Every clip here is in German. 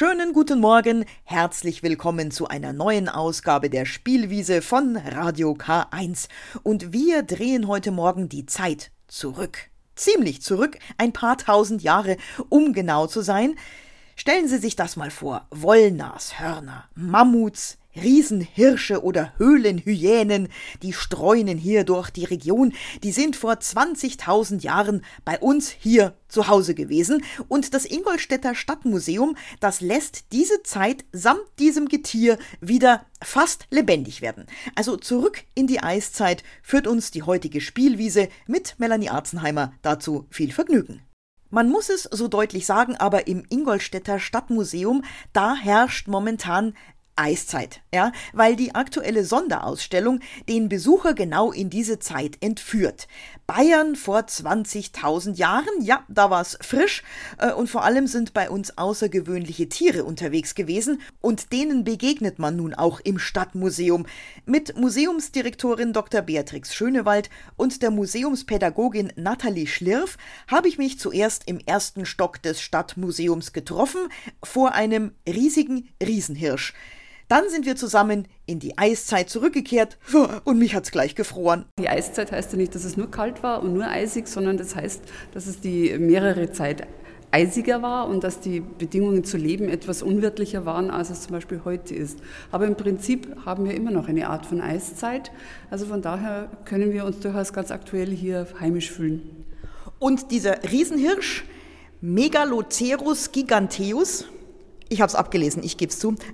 Schönen guten Morgen, herzlich willkommen zu einer neuen Ausgabe der Spielwiese von Radio K1. Und wir drehen heute Morgen die Zeit zurück. Ziemlich zurück, ein paar tausend Jahre, um genau zu sein. Stellen Sie sich das mal vor, Wollnashörner, Mammuts, Riesenhirsche oder Höhlenhyänen, die streunen hier durch die Region, die sind vor 20.000 Jahren bei uns hier zu Hause gewesen und das Ingolstädter Stadtmuseum, das lässt diese Zeit samt diesem Getier wieder fast lebendig werden. Also zurück in die Eiszeit führt uns die heutige Spielwiese mit Melanie Arzenheimer. Dazu viel Vergnügen. Man muss es so deutlich sagen, aber im Ingolstädter Stadtmuseum, da herrscht momentan Eiszeit, ja, weil die aktuelle Sonderausstellung den Besucher genau in diese Zeit entführt. Bayern vor 20.000 Jahren, ja, da war's frisch und vor allem sind bei uns außergewöhnliche Tiere unterwegs gewesen und denen begegnet man nun auch im Stadtmuseum. Mit Museumsdirektorin Dr. Beatrix Schönewald und der Museumspädagogin Nathalie Schlirf habe ich mich zuerst im ersten Stock des Stadtmuseums getroffen, vor einem riesigen Riesenhirsch. Dann sind wir zusammen in die Eiszeit zurückgekehrt und mich hat's gleich gefroren. Die Eiszeit heißt ja nicht, dass es nur kalt war und nur eisig, sondern das heißt, dass es die mehrere Zeit eisiger war und dass die Bedingungen zu leben etwas unwirtlicher waren, als es zum Beispiel heute ist. Aber im Prinzip haben wir immer noch eine Art von Eiszeit. Also von daher können wir uns durchaus ganz aktuell hier heimisch fühlen. Und dieser Riesenhirsch, Megalocerus giganteus, ich habe es abgelesen, ich gebe es zu,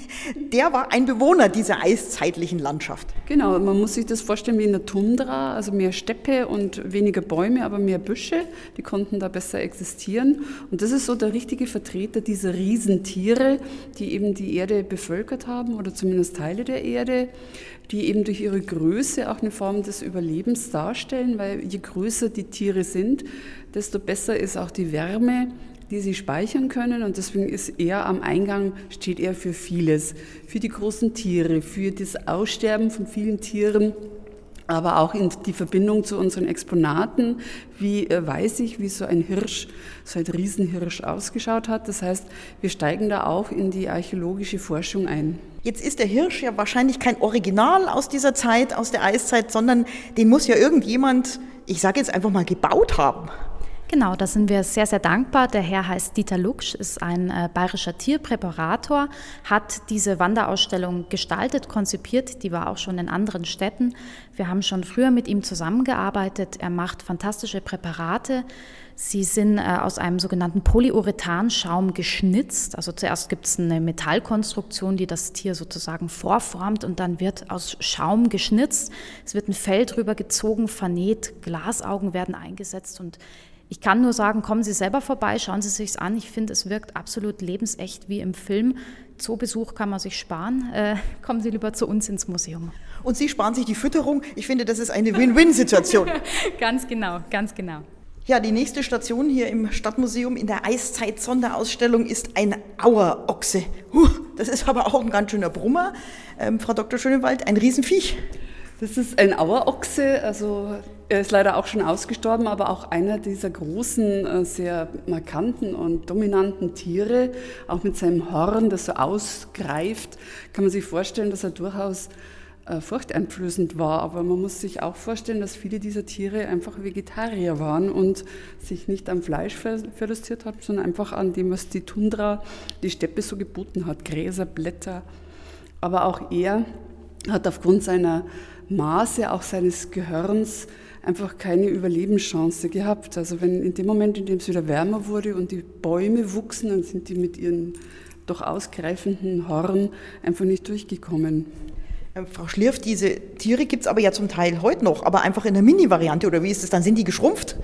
der war ein Bewohner dieser eiszeitlichen Landschaft. Genau, man muss sich das vorstellen wie in der Tundra, also mehr Steppe und weniger Bäume, aber mehr Büsche, die konnten da besser existieren. Und das ist so der richtige Vertreter dieser Riesentiere, die eben die Erde bevölkert haben oder zumindest Teile der Erde, die eben durch ihre Größe auch eine Form des Überlebens darstellen, weil je größer die Tiere sind, desto besser ist auch die Wärme, die sie speichern können, und deswegen ist er am Eingang, steht er für vieles, für die großen Tiere, für das Aussterben von vielen Tieren, aber auch in die Verbindung zu unseren Exponaten, wie weiß ich, wie so ein Hirsch, so ein Riesenhirsch ausgeschaut hat. Das heißt, wir steigen da auch in die archäologische Forschung ein. Jetzt ist der Hirsch ja wahrscheinlich kein Original aus dieser Zeit, aus der Eiszeit, sondern den muss ja irgendjemand, ich sage jetzt einfach mal, gebaut haben. Genau, da sind wir sehr, sehr dankbar. Der Herr heißt Dieter Luksch, ist ein bayerischer Tierpräparator, hat diese Wanderausstellung gestaltet, konzipiert, die war auch schon in anderen Städten. Wir haben schon früher mit ihm zusammengearbeitet, er macht fantastische Präparate. Sie sind aus einem sogenannten Polyurethanschaum geschnitzt. Also zuerst gibt es eine Metallkonstruktion, die das Tier sozusagen vorformt, und dann wird aus Schaum geschnitzt. Es wird ein Fell drüber gezogen, vernäht, Glasaugen werden eingesetzt, und ich kann nur sagen, kommen Sie selber vorbei, schauen Sie es sich an. Ich finde, es wirkt absolut lebensecht wie im Film. Zoobesuch kann man sich sparen. Kommen Sie lieber zu uns ins Museum. Und Sie sparen sich die Fütterung. Ich finde, das ist eine Win-Win-Situation. Ganz genau, ganz genau. Ja, die nächste Station hier im Stadtmuseum in der Eiszeit-Sonderausstellung ist ein Auerochse. Das ist aber auch ein ganz schöner Brummer. Frau Dr. Schönewald, ein Riesenviech. Das ist ein Auerochse, also er ist leider auch schon ausgestorben, aber auch einer dieser großen, sehr markanten und dominanten Tiere, auch mit seinem Horn, das so ausgreift, kann man sich vorstellen, dass er durchaus furchteinflößend war. Aber man muss sich auch vorstellen, dass viele dieser Tiere einfach Vegetarier waren und sich nicht am Fleisch verlustiert haben, sondern einfach an dem, was die Tundra, die Steppe so geboten hat, Gräser, Blätter. Aber auch er hat aufgrund seiner Maße, auch seines Gehirns, einfach keine Überlebenschance gehabt. Also wenn in dem Moment, in dem es wieder wärmer wurde und die Bäume wuchsen, dann sind die mit ihren doch ausgreifenden Horn einfach nicht durchgekommen. Frau Schlirf, diese Tiere gibt es aber ja zum Teil heute noch, aber einfach in der Mini-Variante, oder wie ist es dann? Sind die geschrumpft?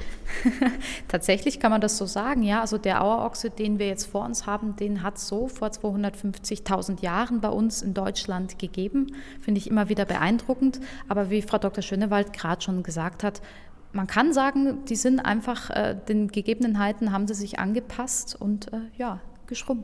Tatsächlich kann man das so sagen, ja. Also der Auerochse, den wir jetzt vor uns haben, den hat es so vor 250.000 Jahren bei uns in Deutschland gegeben. Finde ich immer wieder beeindruckend. Aber wie Frau Dr. Schönewald gerade schon gesagt hat, man kann sagen, die sind einfach den Gegebenheiten, haben sie sich angepasst und geschrumpft.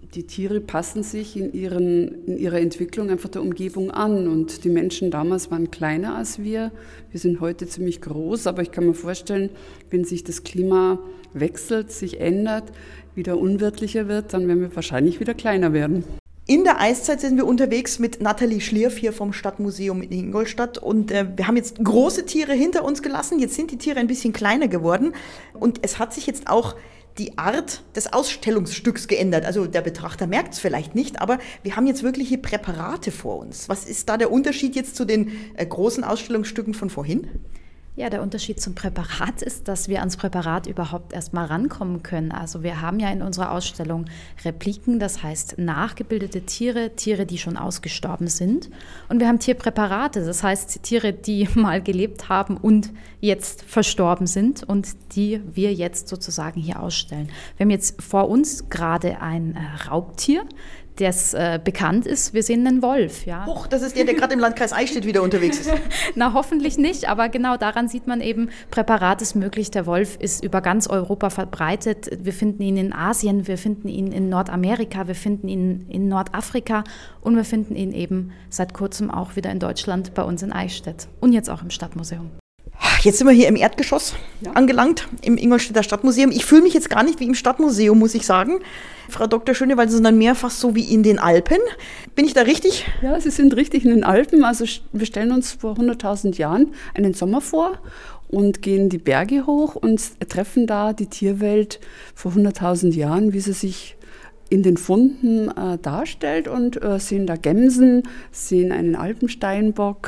Die Tiere passen sich in ihrer Entwicklung einfach der Umgebung an und die Menschen damals waren kleiner als wir. Wir sind heute ziemlich groß, aber ich kann mir vorstellen, wenn sich das Klima wechselt, sich ändert, wieder unwirtlicher wird, dann werden wir wahrscheinlich wieder kleiner werden. In der Eiszeit sind wir unterwegs mit Nathalie Schlierf hier vom Stadtmuseum in Ingolstadt und wir haben jetzt große Tiere hinter uns gelassen. Jetzt sind die Tiere ein bisschen kleiner geworden und es hat sich jetzt auch die Art des Ausstellungsstücks geändert. Also der Betrachter merkt es vielleicht nicht, aber wir haben jetzt wirkliche Präparate vor uns. Was ist da der Unterschied jetzt zu den großen Ausstellungsstücken von vorhin? Ja, der Unterschied zum Präparat ist, dass wir ans Präparat überhaupt erst mal rankommen können. Also wir haben ja in unserer Ausstellung Repliken, das heißt nachgebildete Tiere, die schon ausgestorben sind. Und wir haben Tierpräparate, das heißt Tiere, die mal gelebt haben und jetzt verstorben sind und die wir jetzt sozusagen hier ausstellen. Wir haben jetzt vor uns gerade ein Raubtier, das bekannt ist. Wir sehen einen Wolf. Ja. Huch, das ist der gerade im Landkreis Eichstätt wieder unterwegs ist. Na, hoffentlich nicht, aber genau daran sieht man eben, Präparat ist möglich. Der Wolf ist über ganz Europa verbreitet. Wir finden ihn in Asien, wir finden ihn in Nordamerika, wir finden ihn in Nordafrika und wir finden ihn eben seit kurzem auch wieder in Deutschland bei uns in Eichstätt und jetzt auch im Stadtmuseum. Jetzt sind wir hier im Erdgeschoss angelangt, im Ingolstädter Stadtmuseum. Ich fühle mich jetzt gar nicht wie im Stadtmuseum, muss ich sagen. Frau Dr. Schönewald, Sie sind dann mehr fast so wie in den Alpen. Bin ich da richtig? Ja, Sie sind richtig in den Alpen. Also wir stellen uns vor 100.000 Jahren einen Sommer vor und gehen die Berge hoch und treffen da die Tierwelt vor 100.000 Jahren, wie sie sich in den Funden darstellt und sehen da Gämsen, sehen einen Alpensteinbock,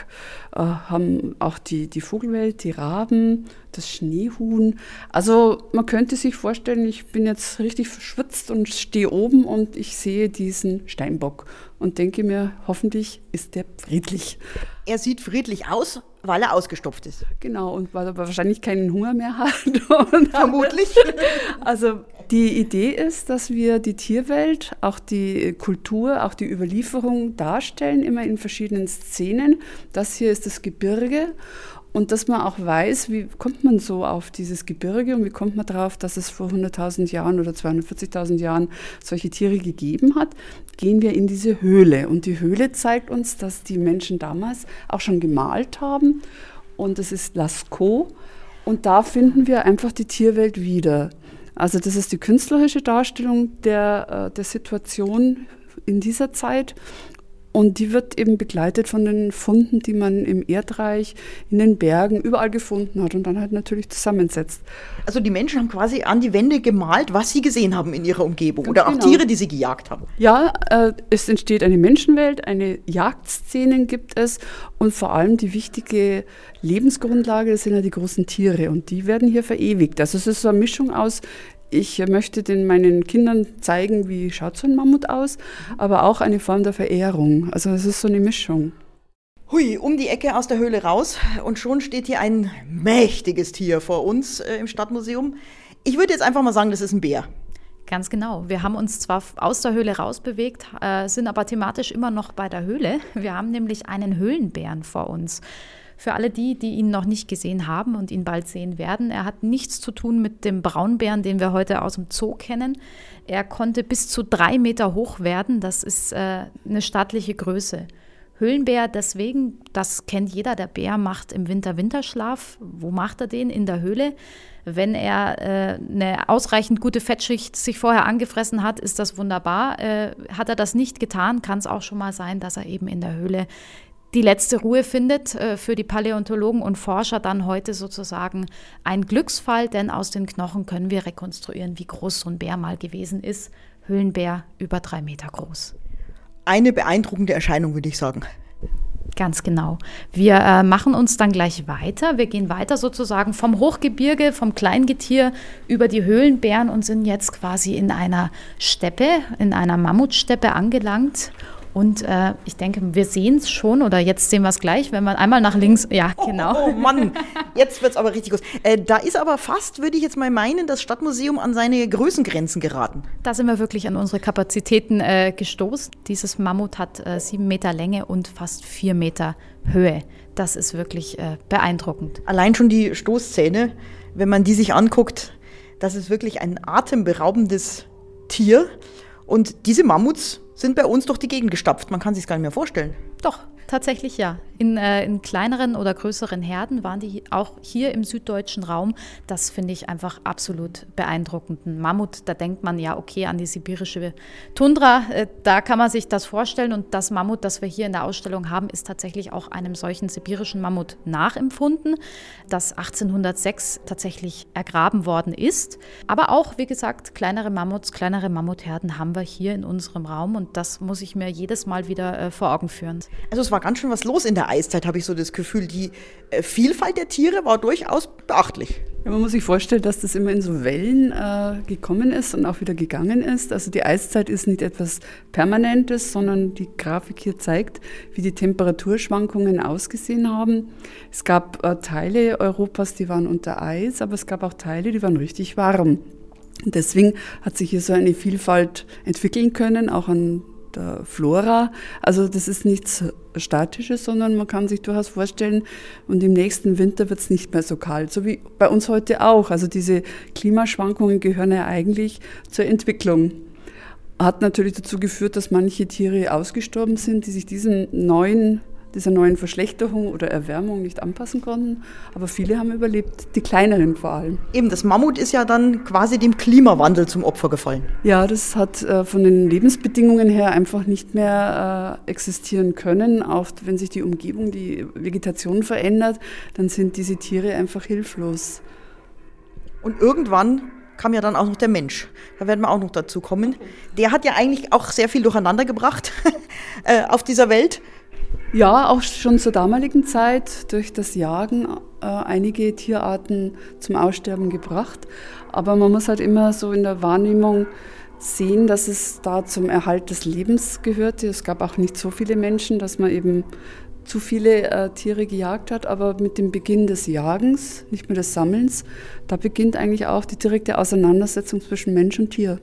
haben auch die Vogelwelt, die Raben, das Schneehuhn. Also man könnte sich vorstellen, ich bin jetzt richtig verschwitzt und stehe oben und ich sehe diesen Steinbock und denke mir, hoffentlich ist der friedlich. Er sieht friedlich aus, weil er ausgestopft ist. Genau, und weil er wahrscheinlich keinen Hunger mehr hat. Vermutlich. Also die Idee ist, dass wir die Tierwelt, auch die Kultur, auch die Überlieferung darstellen, immer in verschiedenen Szenen. Das hier ist das Gebirge und dass man auch weiß, wie kommt man so auf dieses Gebirge und wie kommt man darauf, dass es vor 100.000 Jahren oder 240.000 Jahren solche Tiere gegeben hat, gehen wir in diese Höhle. Und die Höhle zeigt uns, dass die Menschen damals auch schon gemalt haben und das ist Lascaux und da finden wir einfach die Tierwelt wieder. Also das ist die künstlerische Darstellung der Situation in dieser Zeit und die wird eben begleitet von den Funden, die man im Erdreich, in den Bergen, überall gefunden hat und dann halt natürlich zusammensetzt. Also die Menschen haben quasi an die Wände gemalt, was sie gesehen haben in ihrer Umgebung oder auch Tiere, die sie gejagt haben. Ja, es entsteht eine Menschenwelt, eine Jagdszenen gibt es und vor allem die wichtige Lebensgrundlage, das sind ja die großen Tiere und die werden hier verewigt. Also es ist so eine Mischung aus, ich möchte meinen Kindern zeigen, wie schaut so ein Mammut aus, aber auch eine Form der Verehrung. Also es ist so eine Mischung. Hui, um die Ecke aus der Höhle raus und schon steht hier ein mächtiges Tier vor uns im Stadtmuseum. Ich würde jetzt einfach mal sagen, das ist ein Bär. Ganz genau. Wir haben uns zwar aus der Höhle rausbewegt, sind aber thematisch immer noch bei der Höhle. Wir haben nämlich einen Höhlenbären vor uns. Für alle die ihn noch nicht gesehen haben und ihn bald sehen werden, er hat nichts zu tun mit dem Braunbären, den wir heute aus dem Zoo kennen. Er konnte bis zu 3 Meter hoch werden. Das ist eine stattliche Größe. Höhlenbär deswegen, das kennt jeder, der Bär macht im Winter Winterschlaf. Wo macht er den? In der Höhle. Wenn er eine ausreichend gute Fettschicht sich vorher angefressen hat, ist das wunderbar. Hat er das nicht getan, kann es auch schon mal sein, dass er eben in der Höhle die letzte Ruhe findet. Für die Paläontologen und Forscher dann heute sozusagen ein Glücksfall, denn aus den Knochen können wir rekonstruieren, wie groß so ein Bär mal gewesen ist. Höhlenbär über 3 Meter groß. Eine beeindruckende Erscheinung, würde ich sagen. Ganz genau. Wir machen uns dann gleich weiter. Wir gehen weiter sozusagen vom Hochgebirge, vom Kleingetier über die Höhlenbären und sind jetzt quasi in einer Steppe, in einer Mammutsteppe angelangt. Und ich denke, wir sehen es schon, oder jetzt sehen wir es gleich, wenn man einmal nach links, ja, genau. Oh Mann, jetzt wird es aber richtig groß. Da ist aber fast, würde ich jetzt mal meinen, das Stadtmuseum an seine Größengrenzen geraten. Da sind wir wirklich an unsere Kapazitäten gestoßen. Dieses Mammut hat 7 Meter Länge und fast 4 Meter Höhe. Das ist wirklich beeindruckend. Allein schon die Stoßzähne, wenn man die sich anguckt, das ist wirklich ein atemberaubendes Tier. Und diese Mammuts sind bei uns durch die Gegend gestapft. Man kann sich es gar nicht mehr vorstellen. Doch, tatsächlich ja. In kleineren oder größeren Herden waren die auch hier im süddeutschen Raum. Das finde ich einfach absolut beeindruckend. Ein Mammut, da denkt man ja, okay, an die sibirische Tundra, da kann man sich das vorstellen. Und das Mammut, das wir hier in der Ausstellung haben, ist tatsächlich auch einem solchen sibirischen Mammut nachempfunden, das 1806 tatsächlich ergraben worden ist. Aber auch, wie gesagt, kleinere Mammuts, kleinere Mammutherden haben wir hier in unserem Raum. Und das muss ich mir jedes Mal wieder vor Augen führen. Also es war ganz schön was los in der Eiszeit, habe ich so das Gefühl. Die Vielfalt der Tiere war durchaus beachtlich. Ja, man muss sich vorstellen, dass das immer in so Wellen gekommen ist und auch wieder gegangen ist. Also die Eiszeit ist nicht etwas Permanentes, sondern die Grafik hier zeigt, wie die Temperaturschwankungen ausgesehen haben. Es gab Teile Europas, die waren unter Eis, aber es gab auch Teile, die waren richtig warm. Und deswegen hat sich hier so eine Vielfalt entwickeln können, auch an der Flora. Also das ist nichts Statisches, sondern man kann sich durchaus vorstellen, und im nächsten Winter wird es nicht mehr so kalt, so wie bei uns heute auch. Also diese Klimaschwankungen gehören ja eigentlich zur Entwicklung. Hat natürlich dazu geführt, dass manche Tiere ausgestorben sind, die sich dieser neuen Verschlechterung oder Erwärmung nicht anpassen konnten. Aber viele haben überlebt, die kleineren vor allem. Eben, das Mammut ist ja dann quasi dem Klimawandel zum Opfer gefallen. Ja, das hat von den Lebensbedingungen her einfach nicht mehr existieren können. Auch wenn sich die Umgebung, die Vegetation verändert, dann sind diese Tiere einfach hilflos. Und irgendwann kam ja dann auch noch der Mensch. Da werden wir auch noch dazu kommen. Der hat ja eigentlich auch sehr viel durcheinander gebracht auf dieser Welt. Ja, auch schon zur damaligen Zeit durch das Jagen einige Tierarten zum Aussterben gebracht. Aber man muss halt immer so in der Wahrnehmung sehen, dass es da zum Erhalt des Lebens gehörte. Es gab auch nicht so viele Menschen, dass man eben zu viele Tiere gejagt hat. Aber mit dem Beginn des Jagens, nicht mehr des Sammelns, da beginnt eigentlich auch die direkte Auseinandersetzung zwischen Mensch und Tier.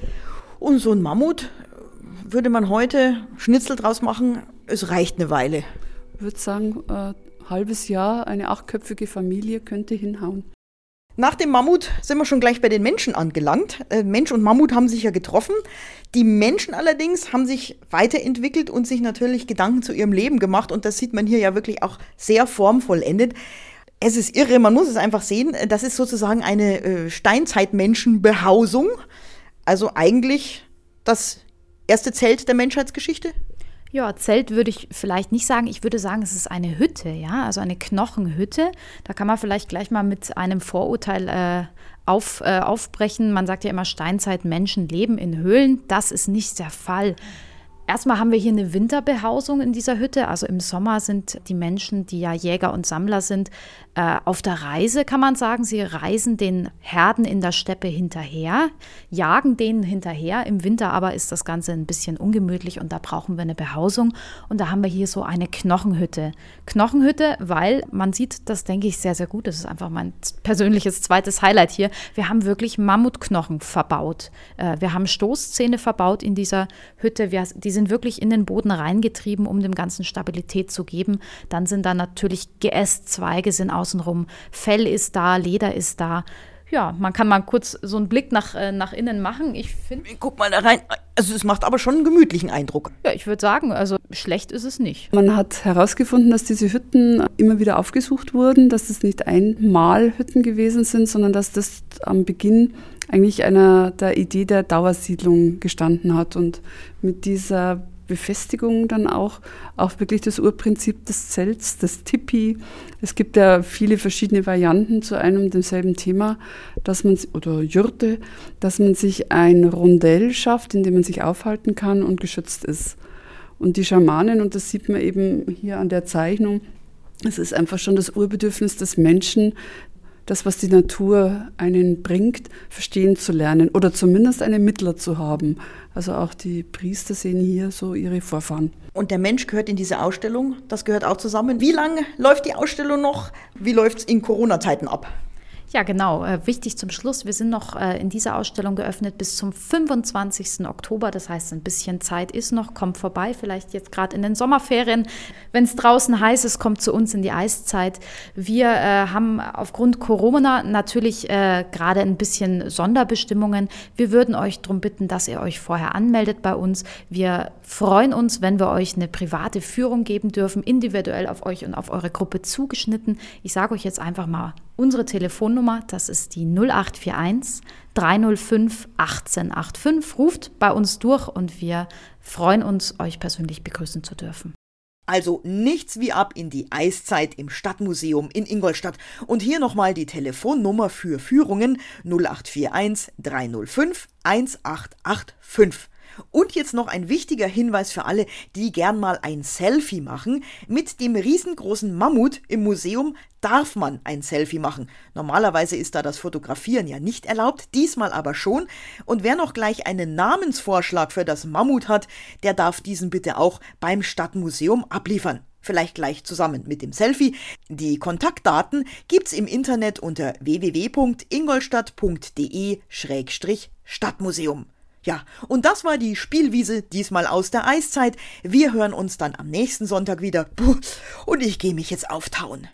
Und so ein Mammut, würde man heute Schnitzel draus machen, es reicht eine Weile. Ich würde sagen, halbes Jahr, eine 8-köpfige Familie könnte hinhauen. Nach dem Mammut sind wir schon gleich bei den Menschen angelangt. Mensch und Mammut haben sich ja getroffen. Die Menschen allerdings haben sich weiterentwickelt und sich natürlich Gedanken zu ihrem Leben gemacht. Und das sieht man hier ja wirklich auch sehr formvollendet. Es ist irre, man muss es einfach sehen. Das ist sozusagen eine Steinzeitmenschenbehausung. Also eigentlich das erste Zelt der Menschheitsgeschichte? Ja, Zelt würde ich vielleicht nicht sagen. Ich würde sagen, es ist eine Hütte, ja, also eine Knochenhütte. Da kann man vielleicht gleich mal mit einem Vorurteil aufbrechen. Man sagt ja immer, Steinzeitmenschen leben in Höhlen. Das ist nicht der Fall. Erstmal haben wir hier eine Winterbehausung in dieser Hütte. Also im Sommer sind die Menschen, die ja Jäger und Sammler sind, auf der Reise, kann man sagen. Sie reisen den Herden in der Steppe hinterher, jagen denen hinterher. Im Winter aber ist das Ganze ein bisschen ungemütlich und da brauchen wir eine Behausung. Und da haben wir hier so eine Knochenhütte. Knochenhütte, weil man sieht, das denke ich sehr, sehr gut. Das ist einfach mein persönliches zweites Highlight hier. Wir haben wirklich Mammutknochen verbaut. Wir haben Stoßzähne verbaut in dieser Hütte. Die sind wirklich in den Boden reingetrieben, um dem Ganzen Stabilität zu geben. Dann sind da natürlich Geästzweige sind außenrum, Fell ist da, Leder ist da. Ja, man kann mal kurz so einen Blick nach innen machen. Ich finde. Guck mal da rein. Also es macht aber schon einen gemütlichen Eindruck. Ja, ich würde sagen, also schlecht ist es nicht. Man hat herausgefunden, dass diese Hütten immer wieder aufgesucht wurden, dass das nicht einmal Hütten gewesen sind, sondern dass das am Beginn eigentlich einer der Idee der Dauersiedlung gestanden hat und mit dieser Befestigung dann auch wirklich das Urprinzip des Zelts, des Tipi. Es gibt ja viele verschiedene Varianten zu einem und demselben Thema, oder Jurte, dass man sich ein Rondell schafft, in dem man sich aufhalten kann und geschützt ist. Und die Schamanen, und das sieht man eben hier an der Zeichnung, es ist einfach schon das Urbedürfnis des Menschen, das, was die Natur einen bringt, verstehen zu lernen oder zumindest einen Mittler zu haben. Also auch die Priester sehen hier so ihre Vorfahren. Und der Mensch gehört in diese Ausstellung, das gehört auch zusammen. Wie lange läuft die Ausstellung noch? Wie läuft es in Corona-Zeiten ab? Ja, genau. Wichtig zum Schluss, wir sind noch in dieser Ausstellung geöffnet bis zum 25. Oktober. Das heißt, ein bisschen Zeit ist noch. Kommt vorbei, vielleicht jetzt gerade in den Sommerferien. Wenn es draußen heiß ist, kommt zu uns in die Eiszeit. Wir haben aufgrund Corona natürlich gerade ein bisschen Sonderbestimmungen. Wir würden euch darum bitten, dass ihr euch vorher anmeldet bei uns. Wir freuen uns, wenn wir euch eine private Führung geben dürfen, individuell auf euch und auf eure Gruppe zugeschnitten. Ich sage euch jetzt einfach mal unsere Telefonnummer, das ist die 0841 305 1885. Ruft bei uns durch und wir freuen uns, euch persönlich begrüßen zu dürfen. Also nichts wie ab in die Eiszeit im Stadtmuseum in Ingolstadt. Und hier nochmal die Telefonnummer für Führungen 0841 305 1885. Und jetzt noch ein wichtiger Hinweis für alle, die gern mal ein Selfie machen. Mit dem riesengroßen Mammut im Museum darf man ein Selfie machen. Normalerweise ist da das Fotografieren ja nicht erlaubt, diesmal aber schon. Und wer noch gleich einen Namensvorschlag für das Mammut hat, der darf diesen bitte auch beim Stadtmuseum abliefern. Vielleicht gleich zusammen mit dem Selfie. Die Kontaktdaten gibt's im Internet unter www.ingolstadt.de/Stadtmuseum. Ja, und das war die Spielwiese, diesmal aus der Eiszeit. Wir hören uns dann am nächsten Sonntag wieder. Und ich gehe mich jetzt auftauen.